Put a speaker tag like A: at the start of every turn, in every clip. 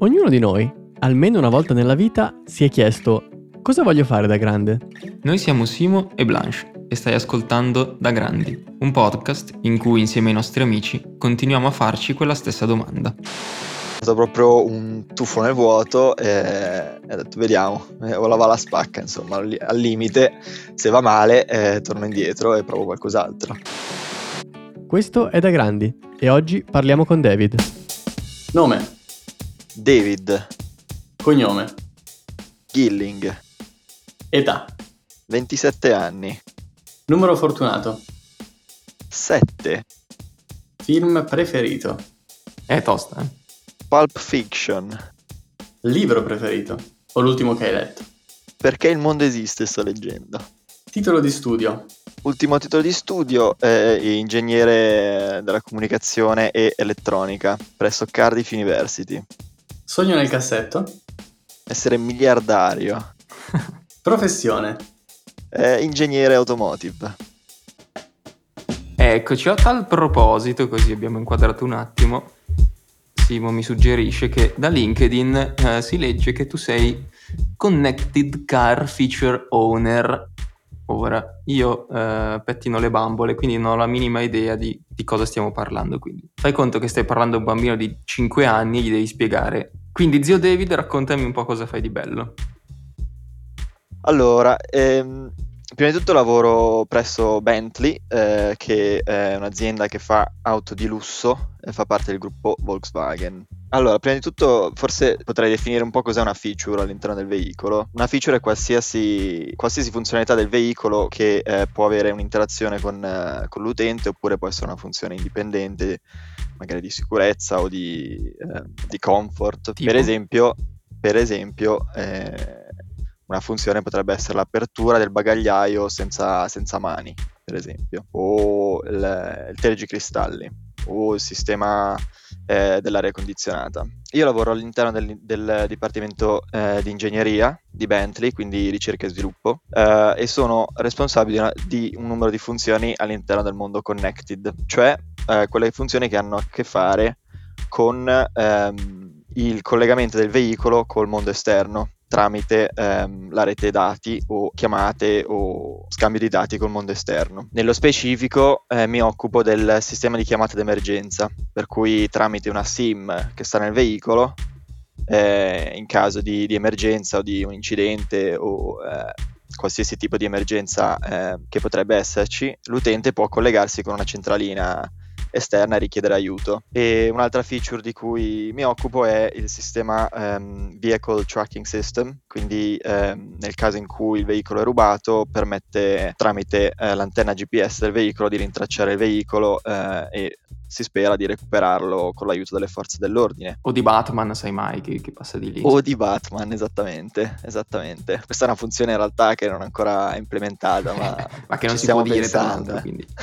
A: Ognuno di noi, almeno una volta nella vita, si è chiesto: cosa voglio fare da grande?
B: Noi siamo Simo e Blanche e stai ascoltando Da Grandi, un podcast in cui insieme ai nostri amici continuiamo a farci quella stessa domanda.
C: È stato proprio un tuffo nel vuoto e ho detto vediamo, o la va la spacca, insomma, al limite, se va male torno indietro e provo qualcos'altro.
A: Questo è Da Grandi e oggi parliamo con David.
D: Nome,
C: David
D: cognome,
C: Gilling,
D: età,
C: 27 anni,
D: numero fortunato,
C: 7,
D: film preferito,
B: È tosta,
C: Pulp Fiction,
D: libro preferito o l'ultimo che hai letto,
C: perché il mondo esiste sto leggendo.
D: titolo di studio,
C: Ultimo titolo di studio è ingegnere della comunicazione e elettronica presso Cardiff University.
D: sogno nel cassetto,
C: Essere miliardario,
D: professione,
C: ingegnere automotive.
B: Eccoci, a tal proposito, così abbiamo inquadrato un attimo, Simo mi suggerisce che da LinkedIn si legge che tu sei Connected Car Feature Owner. Ora, io pettino le bambole, quindi non ho la minima idea di cosa stiamo parlando, quindi fai conto che stai parlando a un bambino di 5 anni e gli devi spiegare. Quindi, zio David, raccontami un po' cosa fai di bello.
C: Allora, prima di tutto lavoro presso Bentley, che è un'azienda che fa auto di lusso e fa parte del gruppo Volkswagen. Allora, prima di tutto forse potrei definire un po' cos'è una feature all'interno del veicolo. Una feature è qualsiasi funzionalità del veicolo che può avere un'interazione con l'utente, oppure può essere una funzione indipendente, magari di sicurezza o di comfort.
B: Tipo?
C: Per esempio, una funzione potrebbe essere l'apertura del bagagliaio senza mani, per esempio, o il telegicristalli, o il sistema dell'aria condizionata. Io lavoro all'interno del dipartimento di ingegneria di Bentley, quindi ricerca e sviluppo, e sono responsabile di un numero di funzioni all'interno del mondo connected, cioè quelle funzioni che hanno a che fare con il collegamento del veicolo col mondo esterno tramite la rete dati o chiamate o scambio di dati col mondo esterno. Nello specifico mi occupo del sistema di chiamata d'emergenza, per cui tramite una SIM che sta nel veicolo, in caso di emergenza o di un incidente o qualsiasi tipo di emergenza che potrebbe esserci, l'utente può collegarsi con una centralina esterna e richiedere aiuto. E un'altra feature di cui mi occupo è il sistema Vehicle Tracking System, quindi nel caso in cui il veicolo è rubato permette tramite l'antenna GPS del veicolo di rintracciare il veicolo e si spera di recuperarlo con l'aiuto delle forze dell'ordine.
B: O di Batman, sai mai, che passa di lì.
C: O di Batman, esattamente. Questa è una funzione in realtà che non è ancora implementata,
B: ma che non
C: ci
B: si può
C: stiamo
B: dire, tra
C: pensando.
B: l'altro, quindi.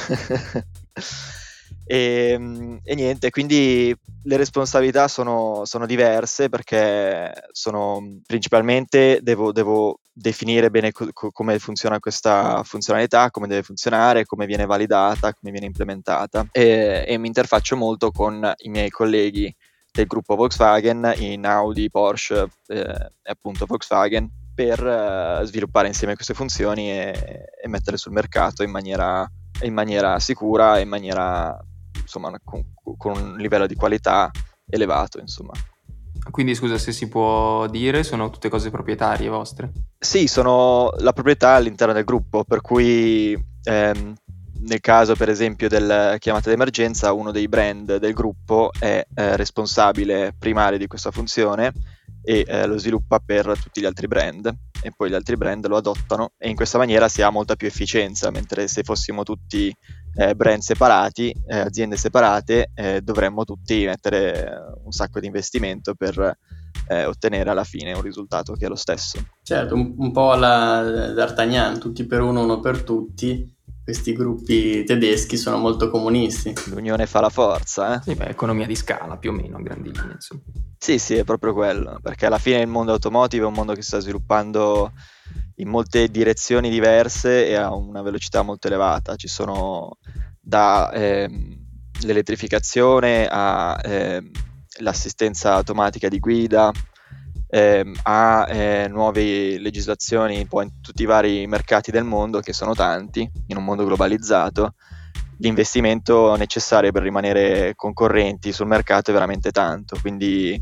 C: E niente, quindi le responsabilità sono diverse, perché sono principalmente devo definire bene come funziona questa funzionalità, come deve funzionare, come viene validata, come viene implementata, e mi interfaccio molto con i miei colleghi del gruppo Volkswagen in Audi, Porsche e appunto Volkswagen, per sviluppare insieme queste funzioni e metterle sul mercato in maniera sicura e in maniera, insomma, con un livello di qualità elevato, insomma.
B: Quindi, scusa, se si può dire, sono tutte cose proprietarie vostre?
C: Sì, sono la proprietà all'interno del gruppo, per cui nel caso per esempio del chiamata d'emergenza, uno dei brand del gruppo è responsabile primario di questa funzione e lo sviluppa per tutti gli altri brand, e poi gli altri brand lo adottano, e in questa maniera si ha molta più efficienza, mentre se fossimo tutti brand separati, aziende separate, dovremmo tutti mettere un sacco di investimento per ottenere alla fine un risultato che è lo stesso.
D: certo, un po' alla D'Artagnan, tutti per uno per tutti. Questi gruppi tedeschi sono molto comunisti.
C: L'unione fa la forza, eh?
B: Sì, beh, economia di scala, più o meno, a grandi linee, insomma.
C: Sì, è proprio quello, perché alla fine il mondo automotive è un mondo che si sta sviluppando in molte direzioni diverse e a una velocità molto elevata. Ci sono da l'elettrificazione a l'assistenza automatica di guida, a nuove legislazioni un po' in tutti i vari mercati del mondo, che sono tanti, in un mondo globalizzato. L'investimento necessario per rimanere concorrenti sul mercato è veramente tanto, quindi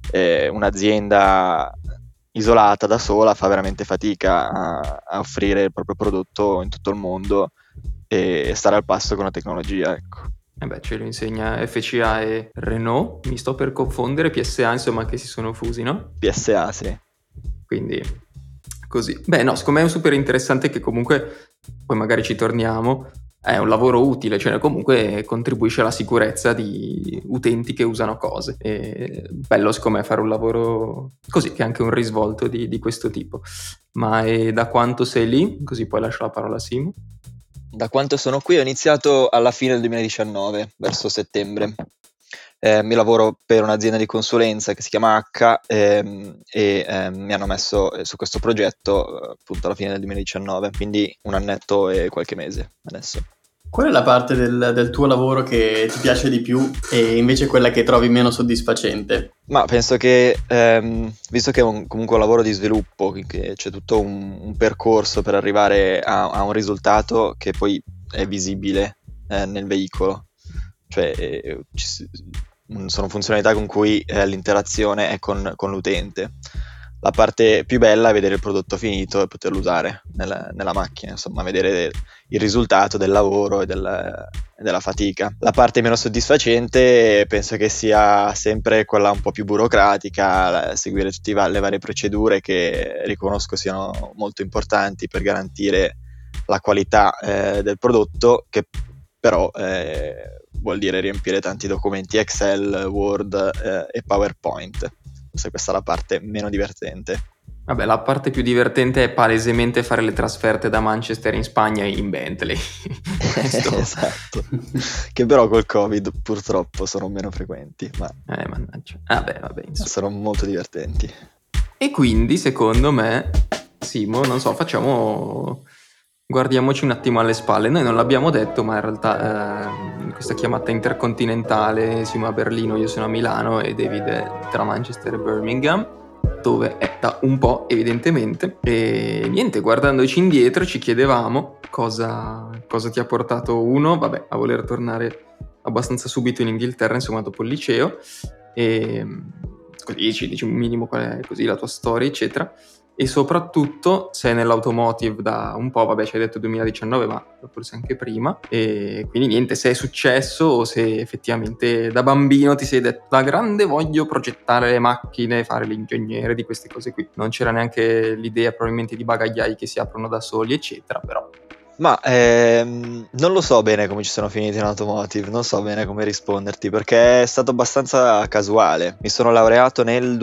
C: un'azienda isolata da sola fa veramente fatica a offrire il proprio prodotto in tutto il mondo e stare al passo con la tecnologia, ecco.
B: Ce lo insegna FCA e Renault, mi sto per confondere, PSA insomma, che si sono fusi, no?
C: PSA, sì.
B: Quindi così. Secondo me è super interessante che comunque, poi magari ci torniamo, è un lavoro utile, cioè comunque contribuisce alla sicurezza di utenti che usano cose. E bello secondo me fare un lavoro così, che è anche un risvolto di questo tipo. Ma da quanto sei lì? Così poi lascio la parola a Simo.
C: Da quanto sono qui? Ho iniziato alla fine del 2019, verso settembre. Mi lavoro per un'azienda di consulenza che si chiama H e mi hanno messo su questo progetto appunto alla fine del 2019, quindi un annetto e qualche mese adesso.
D: Qual è la parte del tuo lavoro che ti piace di più e invece quella che trovi meno soddisfacente?
C: Ma penso che, visto che è comunque un lavoro di sviluppo, che c'è tutto un percorso per arrivare a un risultato che poi è visibile nel veicolo, cioè sono funzionalità con cui l'interazione è con l'utente. La parte più bella è vedere il prodotto finito e poterlo usare nella macchina, insomma, vedere il risultato del lavoro e della fatica. La parte meno soddisfacente penso che sia sempre quella un po' più burocratica, seguire tutte le varie procedure che riconosco siano molto importanti per garantire la qualità del prodotto, che però vuol dire riempire tanti documenti Excel, Word e PowerPoint. Questa è la parte meno divertente.
B: Vabbè, la parte più divertente è palesemente fare le trasferte da Manchester in Spagna in Bentley.
C: Esatto. Che però col Covid purtroppo sono meno frequenti, ma
B: mannaggia. Vabbè,
C: sono molto divertenti.
B: E quindi, secondo me, Simo, non so, guardiamoci un attimo alle spalle. Noi non l'abbiamo detto, ma in realtà in questa chiamata intercontinentale Simo a Berlino, io sono a Milano e David è tra Manchester e Birmingham, dove è da un po' evidentemente. E niente, guardandoci indietro ci chiedevamo cosa ti ha portato a voler tornare abbastanza subito in Inghilterra, insomma, dopo il liceo, e così ci dici un minimo qual è così la tua storia, eccetera. E soprattutto sei nell'automotive da un po', ci hai detto 2019, ma forse anche prima, e quindi niente, se è successo o se effettivamente da bambino ti sei detto da grande voglio progettare le macchine, fare l'ingegnere di queste cose qui. Non c'era neanche l'idea probabilmente di bagagliai che si aprono da soli, eccetera, però...
C: Ma non lo so bene come ci sono finito in automotive, non so bene come risponderti, perché è stato abbastanza casuale. Mi sono laureato nel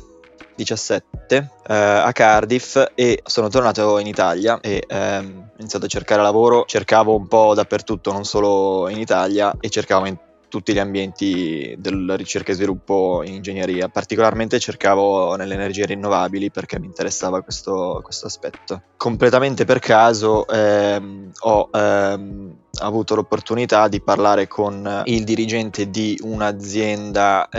C: 2017 a Cardiff e sono tornato in Italia e ho iniziato a cercare lavoro. Cercavo un po' dappertutto, non solo in Italia, e cercavo in tutti gli ambienti della ricerca e sviluppo in ingegneria. Particolarmente cercavo nelle energie rinnovabili perché mi interessava questo aspetto. Completamente per caso ho avuto l'opportunità di parlare con il dirigente di un'azienda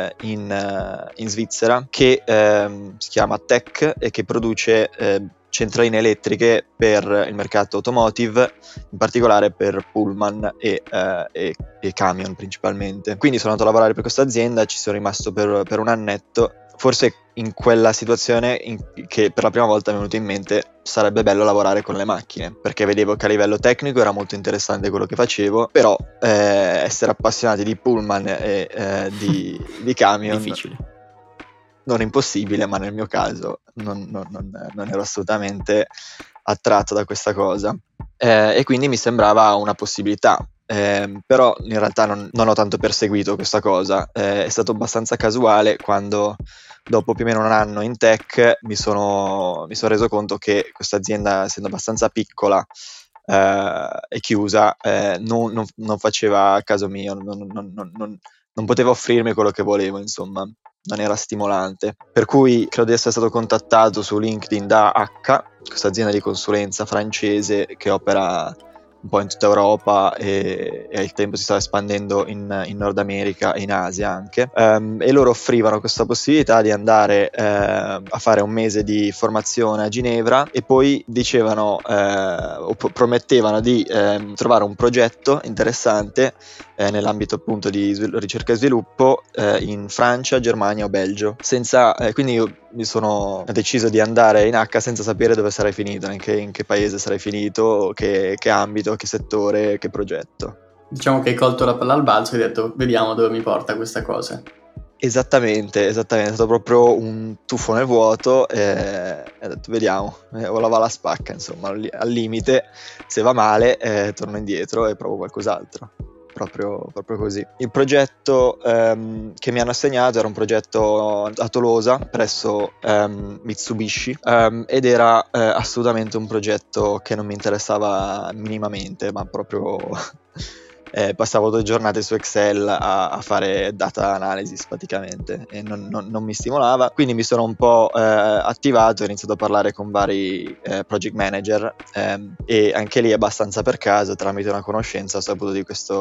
C: in Svizzera che si chiama Tech e che produce centraline elettriche per il mercato automotive, in particolare per pullman e camion principalmente. Quindi sono andato a lavorare per questa azienda, ci sono rimasto per un annetto. Forse in quella situazione che per la prima volta mi è venuto in mente sarebbe bello lavorare con le macchine, perché vedevo che a livello tecnico era molto interessante quello che facevo, però essere appassionati di pullman e di camion
B: difficile.
C: Non impossibile, ma nel mio caso non ero assolutamente attratto da questa cosa, e quindi mi sembrava una possibilità, però in realtà non ho tanto perseguito questa cosa. È stato abbastanza casuale quando, dopo più o meno un anno in tech, mi sono reso conto che questa azienda, essendo abbastanza piccola e chiusa, non faceva caso mio, non poteva offrirmi quello che volevo, insomma. Non era stimolante, per cui credo di essere stato contattato su LinkedIn da H, questa azienda di consulenza francese che opera un po' in tutta Europa e al tempo si stava espandendo in Nord America e in Asia anche, e loro offrivano questa possibilità di andare a fare un mese di formazione a Ginevra e poi dicevano o promettevano di trovare un progetto interessante nell'ambito appunto di ricerca e sviluppo in Francia, Germania o Belgio, quindi io mi sono deciso di andare in H senza sapere dove sarei finito, in che paese sarei finito, che ambito, che settore, che progetto.
D: Diciamo che hai colto la palla al balzo e hai detto vediamo dove mi porta questa cosa.
C: Esattamente, è stato proprio un tuffo nel vuoto e ho detto vediamo, o la va la spacca, insomma, al limite, se va male torno indietro e provo qualcos'altro. Proprio così. Il progetto che mi hanno assegnato era un progetto a Tolosa presso Mitsubishi ed era assolutamente un progetto che non mi interessava minimamente, ma proprio passavo 2 giornate su Excel a fare data analysis praticamente e non mi stimolava, quindi mi sono un po' attivato e ho iniziato a parlare con vari project manager e anche lì abbastanza per caso, tramite una conoscenza, ho saputo di questa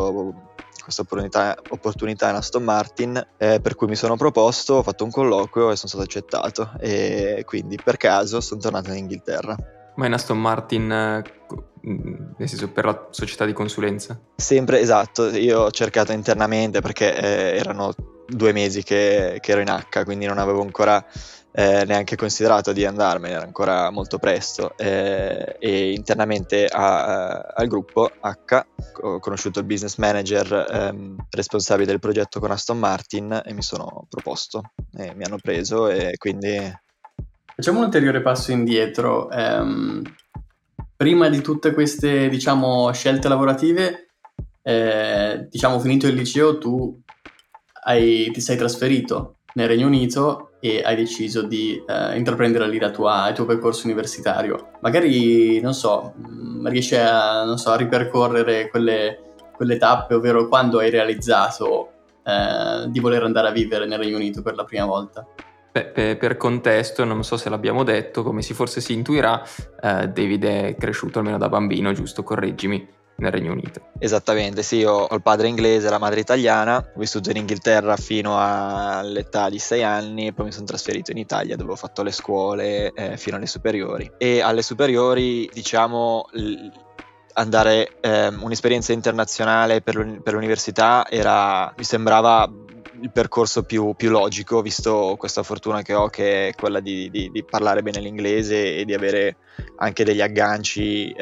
C: opportunità in Aston Martin, per cui mi sono proposto, ho fatto un colloquio e sono stato accettato e quindi per caso sono tornato in Inghilterra.
B: Ma in Aston Martin, nel senso per la società di consulenza?
C: Sempre, esatto, io ho cercato internamente perché erano 2 mesi che ero in H, quindi non avevo ancora neanche considerato di andarmene, era ancora molto presto e internamente al gruppo H ho conosciuto il business manager responsabile del progetto con Aston Martin e mi sono proposto e mi hanno preso e quindi...
D: Facciamo un ulteriore passo indietro. Prima di tutte queste, diciamo, scelte lavorative, diciamo, finito il liceo, tu ti sei trasferito nel Regno Unito e hai deciso di intraprendere lì il tuo percorso universitario. Magari, non so, riesci a ripercorrere quelle tappe, ovvero quando hai realizzato di voler andare a vivere nel Regno Unito per la prima volta?
B: Per contesto, non so se l'abbiamo detto, come forse si intuirà, David è cresciuto almeno da bambino, giusto? Correggimi, nel Regno Unito.
C: Esattamente, sì, io ho il padre inglese e la madre italiana, ho vissuto in Inghilterra fino all'età di 6 anni e poi mi sono trasferito in Italia dove ho fatto le scuole fino alle superiori. E alle superiori, diciamo, andare un'esperienza internazionale per l'università mi sembrava il percorso più logico, visto questa fortuna che ho, che è quella di parlare bene l'inglese e di avere anche degli agganci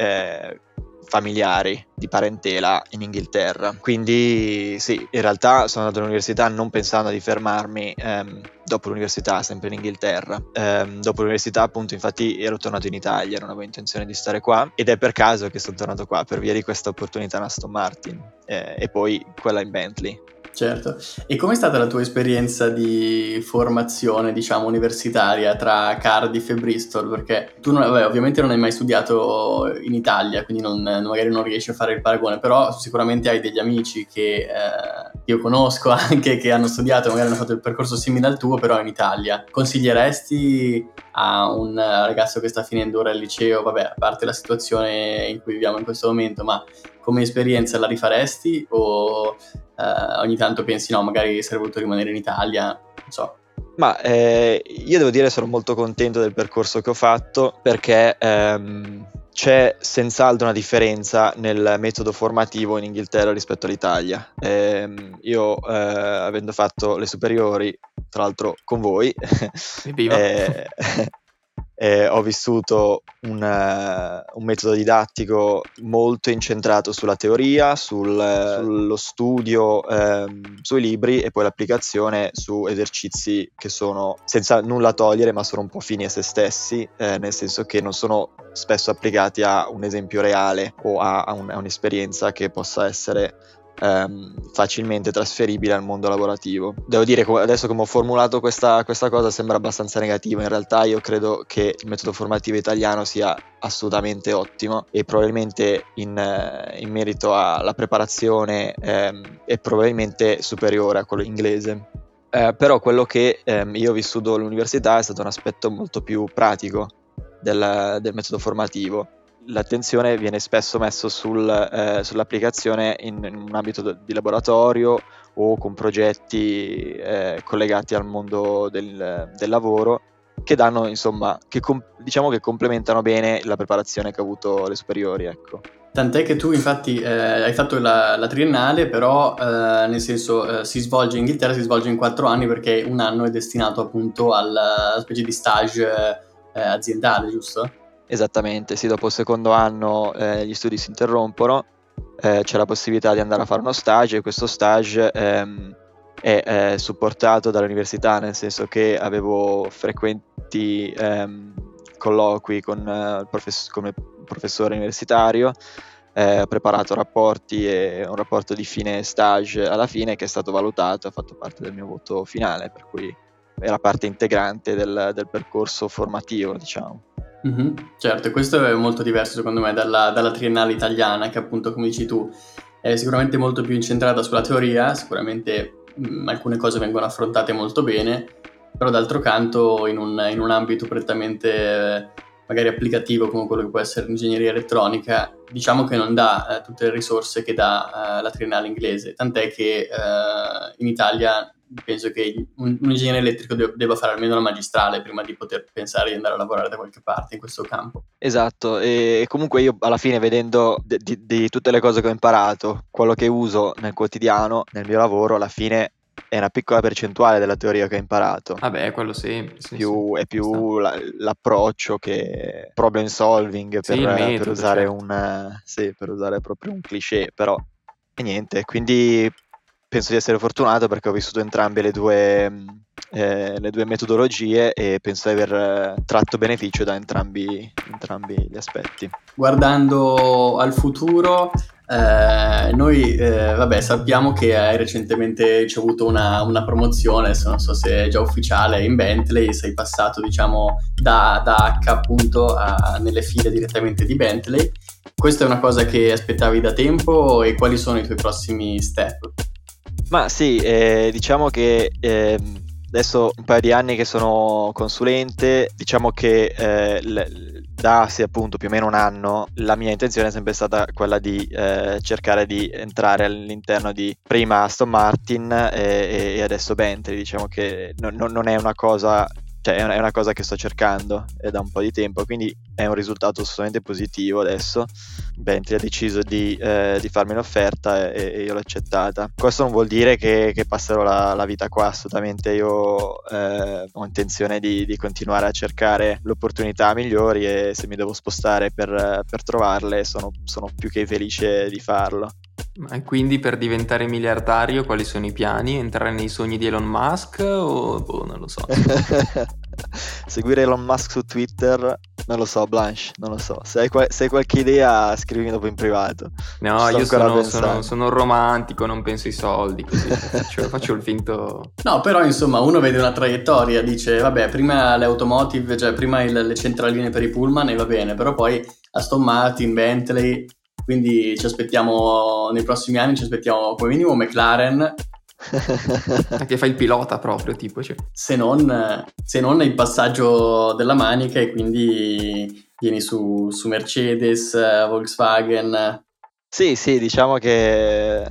C: familiari di parentela in Inghilterra. Quindi sì, in realtà sono andato all'università non pensando di fermarmi dopo l'università, sempre in Inghilterra. Dopo l'università appunto infatti ero tornato in Italia, non avevo intenzione di stare qua ed è per caso che sono tornato qua per via di questa opportunità in Aston Martin e poi quella in Bentley.
D: Certo. E com'è stata la tua esperienza di formazione, diciamo, universitaria tra Cardiff e Bristol? Perché tu ovviamente non hai mai studiato in Italia, quindi magari non riesci a fare il paragone, però sicuramente hai degli amici che io conosco anche, che hanno studiato, magari hanno fatto il percorso simile al tuo, però in Italia. Consiglieresti a un ragazzo che sta finendo ora il liceo, vabbè, a parte la situazione in cui viviamo in questo momento, ma come esperienza la rifaresti o ogni tanto pensi no, magari sarei voluto rimanere in Italia, non so?
C: Ma io devo dire sono molto contento del percorso che ho fatto perché c'è senz'altro una differenza nel metodo formativo in Inghilterra rispetto all'Italia. Io avendo fatto le superiori, tra l'altro con voi, ho vissuto un metodo didattico molto incentrato sulla teoria, sullo studio sui libri e poi l'applicazione su esercizi che sono, senza nulla togliere, ma sono un po' fini a se stessi, nel senso che non sono spesso applicati a un esempio reale o a un'esperienza che possa essere facilmente trasferibile al mondo lavorativo. Devo dire, adesso come ho formulato questa cosa sembra abbastanza negativa, in realtà io credo che il metodo formativo italiano sia assolutamente ottimo e probabilmente in merito alla preparazione è probabilmente superiore a quello inglese. Però quello che io ho vissuto all'università è stato un aspetto molto più pratico del metodo formativo. l'attenzione viene spesso messo sull'applicazione in un ambito di laboratorio o con progetti collegati al mondo del lavoro, che danno, insomma, diciamo che complementano bene la preparazione che ho avuto alle superiori, ecco.
D: Tant'è che tu infatti hai fatto la triennale, però nel senso si svolge in Inghilterra, si svolge in 4 anni, perché un anno è destinato appunto alla specie di stage aziendale, giusto?
C: Esattamente, sì, dopo il secondo anno gli studi si interrompono, c'è la possibilità di andare a fare uno stage, e questo stage è supportato dall'università, nel senso che avevo frequenti colloqui con il professore universitario, ho preparato rapporti e un rapporto di fine stage alla fine che è stato valutato, ha fatto parte del mio voto finale, per cui era parte integrante del percorso formativo, diciamo.
D: Mm-hmm. Certo, e questo è molto diverso secondo me dalla triennale italiana, che appunto, come dici tu, è sicuramente molto più incentrata sulla teoria, sicuramente alcune cose vengono affrontate molto bene, però d'altro canto in un ambito prettamente magari applicativo come quello che può essere l'ingegneria elettronica, diciamo che non dà tutte le risorse che dà la triennale inglese, tant'è che in Italia penso che un ingegnere elettrico debba fare almeno la magistrale prima di poter pensare di andare a lavorare da qualche parte in questo campo.
C: Esatto, e comunque io alla fine, vedendo di tutte le cose che ho imparato, quello che uso nel quotidiano, nel mio lavoro, alla fine è una piccola percentuale della teoria che ho imparato.
B: Vabbè, quello sempre.
C: È più l'approccio che problem solving,
B: Sì, il metodo,
C: per usare
B: certo.
C: per usare proprio un cliché, però e niente, quindi penso di essere fortunato perché ho vissuto entrambe le due metodologie e penso di aver tratto beneficio da entrambi gli aspetti.
D: Guardando al futuro, noi sappiamo che hai recentemente ricevuto una promozione, adesso non so se è già ufficiale, in Bentley, sei passato diciamo da H appunto nelle file direttamente di Bentley. Questa è una cosa che aspettavi da tempo, e quali sono i tuoi prossimi step?
C: Ma sì, diciamo che adesso un paio di anni che sono consulente, diciamo che da appunto più o meno un anno la mia intenzione è sempre stata quella di cercare di entrare all'interno di prima Aston Martin e adesso Bentley. Diciamo che non è una cosa, cioè è una cosa che sto cercando da un po' di tempo, quindi è un risultato assolutamente positivo adesso. Bentley ha deciso di farmi un'offerta e io l'ho accettata. Questo non vuol dire che passerò la vita qua, assolutamente. Io ho intenzione di continuare a cercare le opportunità migliori, e se mi devo spostare per trovarle sono più che felice di farlo.
B: Ma quindi per diventare miliardario quali sono i piani? Entrare nei sogni di Elon Musk o non lo so?
C: Seguire Elon Musk su Twitter, non lo so, Blanche, non lo so. Se hai qualche idea, scrivimi dopo in privato.
B: No, io sono romantico, non penso ai soldi, così faccio il finto.
D: No, però insomma uno vede una traiettoria, dice vabbè, prima le automotive, cioè prima le centraline per i pullman e va bene, però poi Aston Martin, Bentley, quindi ci aspettiamo nei prossimi anni, ci aspettiamo come minimo McLaren.
B: Che fa il pilota proprio, tipo, cioè.
D: Se non il passaggio della manica, e quindi vieni su Mercedes, Volkswagen.
C: Sì, diciamo che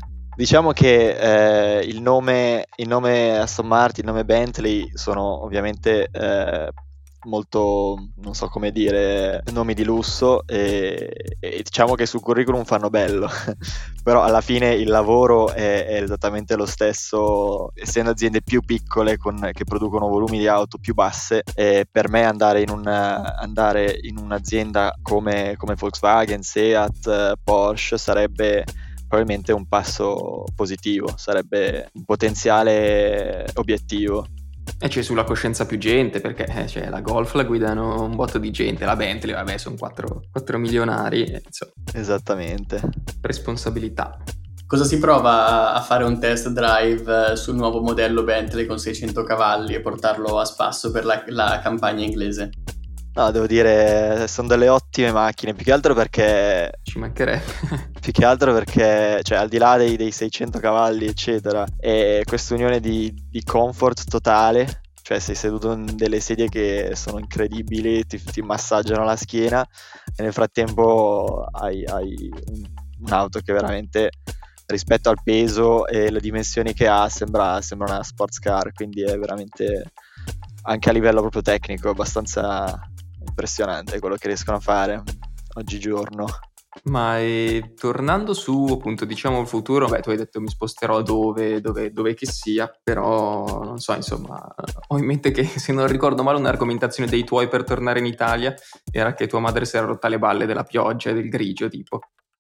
C: il nome Aston Martin, il nome Bentley sono ovviamente molto, non so come dire, nomi di lusso, e diciamo che sul curriculum fanno bello però alla fine il lavoro è esattamente lo stesso, essendo aziende più piccole che producono volumi di auto più basse. Per me andare in un'azienda come Volkswagen, Seat, Porsche sarebbe probabilmente un passo positivo, sarebbe un potenziale obiettivo.
B: E c'è sulla coscienza più gente, perché la Golf la guidano un botto di gente, la Bentley, vabbè, sono 4 milionari, insomma.
C: Esattamente.
B: Responsabilità.
D: Cosa si prova a fare un test drive sul nuovo modello Bentley con 600 cavalli e portarlo a spasso per la campagna inglese?
C: No, devo dire, sono delle ottime macchine, più che altro perché...
B: Ci mancherebbe.
C: Più che altro perché, cioè, al di là dei 600 cavalli, eccetera, è questa unione di comfort totale, cioè sei seduto in delle sedie che sono incredibili, ti massaggiano la schiena e nel frattempo hai un'auto che veramente, rispetto al peso e le dimensioni che ha, sembra una sports car, quindi è veramente, anche a livello proprio tecnico, abbastanza impressionante quello che riescono a fare oggigiorno.
B: Ma tornando su, appunto, diciamo il futuro, beh, tu hai detto mi sposterò dove che sia, però non so, insomma, ho in mente che, se non ricordo male, un'argomentazione dei tuoi per tornare in Italia era che tua madre si era rotta le balle della pioggia e del grigio, tipo.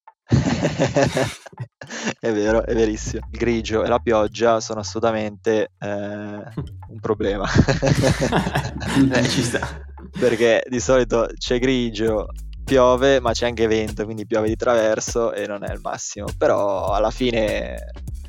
C: È vero, è verissimo. Il grigio e la pioggia sono assolutamente un problema.
B: Ci sta.
C: Perché di solito c'è grigio, piove, ma c'è anche vento, quindi piove di traverso e non è il massimo. Però alla fine,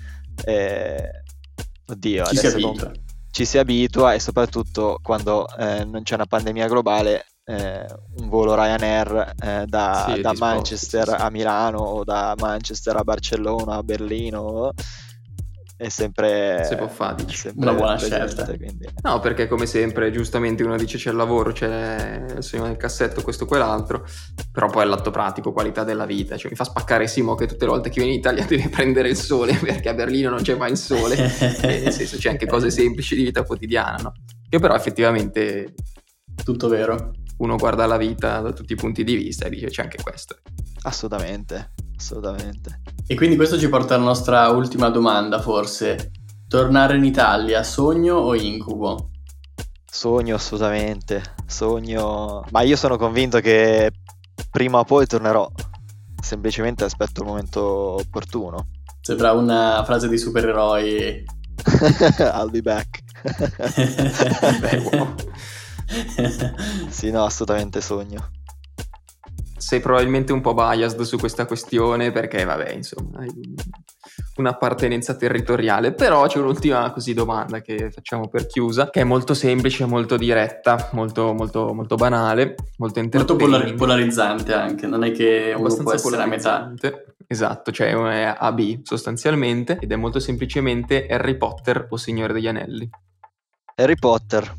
C: oddio, ci si abitua, e soprattutto quando non c'è una pandemia globale, un volo Ryanair da Manchester a Milano, o da Manchester a Barcellona, a Berlino, è sempre,
B: si può fare,
D: una buona scelta.
C: Quindi.
B: No, perché come sempre, giustamente uno dice c'è il lavoro, c'è il segno nel cassetto, questo quell'altro, però poi è l'atto pratico, qualità della vita. Cioè, mi fa spaccare Simo che tutte le volte che viene in Italia deve prendere il sole, perché a Berlino non c'è mai il sole, e nel senso c'è anche cose semplici di vita quotidiana, no? Che però effettivamente
D: tutto vero.
B: Uno guarda la vita da tutti i punti di vista e dice c'è anche questo.
C: Assolutamente.
D: E quindi questo ci porta alla nostra ultima domanda, forse. Tornare in Italia, sogno o incubo?
C: Sogno, assolutamente. Sogno. Ma io sono convinto che prima o poi tornerò. Semplicemente aspetto il momento opportuno.
D: Sembra una frase di supereroi.
C: I'll be back.
B: Beh, wow.
C: Sì, no, assolutamente sogno.
B: Sei probabilmente un po' biased su questa questione perché, vabbè, insomma, hai un'appartenenza territoriale, però c'è un'ultima così domanda che facciamo per chiusa, che è molto semplice, molto diretta, molto, molto, molto banale, molto entertaining.
D: Polarizzante anche, non è che uno può essere a metà.
B: Esatto, cioè è A-B sostanzialmente, ed è molto semplicemente Harry Potter o Signore degli Anelli.
C: Harry Potter.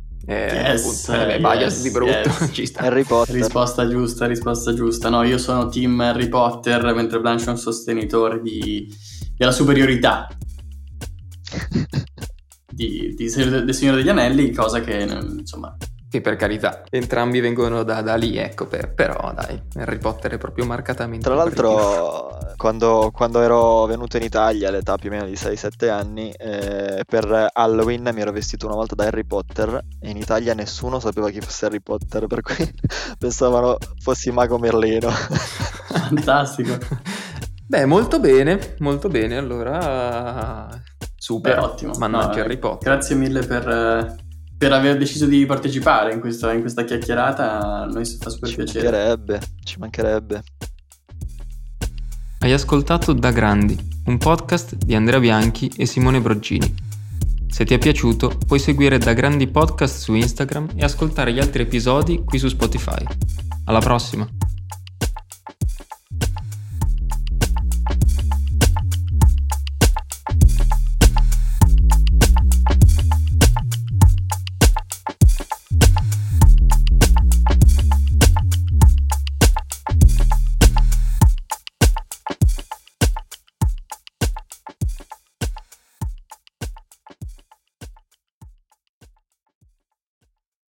B: Bias di brutto. Ci sta.
C: Harry Potter.
D: Risposta giusta. No, io sono team Harry Potter, mentre Blanche è un sostenitore della superiorità del Signore degli Anelli, cosa che insomma,
B: che per carità entrambi vengono da lì, ecco, però dai, Harry Potter è proprio marcatamente.
C: Tra l'altro, quando ero venuto in Italia all'età più o meno di 6-7 anni, per Halloween mi ero vestito una volta da Harry Potter, e in Italia nessuno sapeva chi fosse Harry Potter, per cui pensavano fossi Mago Merlino.
D: Fantastico.
B: Beh, molto bene, super.
D: Beh, ottimo.
B: Mannaggia, Harry Potter.
D: Grazie mille per aver deciso di partecipare in questa chiacchierata. A noi fa super piacere.
C: Ci mancherebbe.
B: Hai ascoltato Da Grandi, un podcast di Andrea Bianchi e Simone Broggini. Se ti è piaciuto, puoi seguire Da Grandi Podcast su Instagram e ascoltare gli altri episodi qui su Spotify. Alla prossima!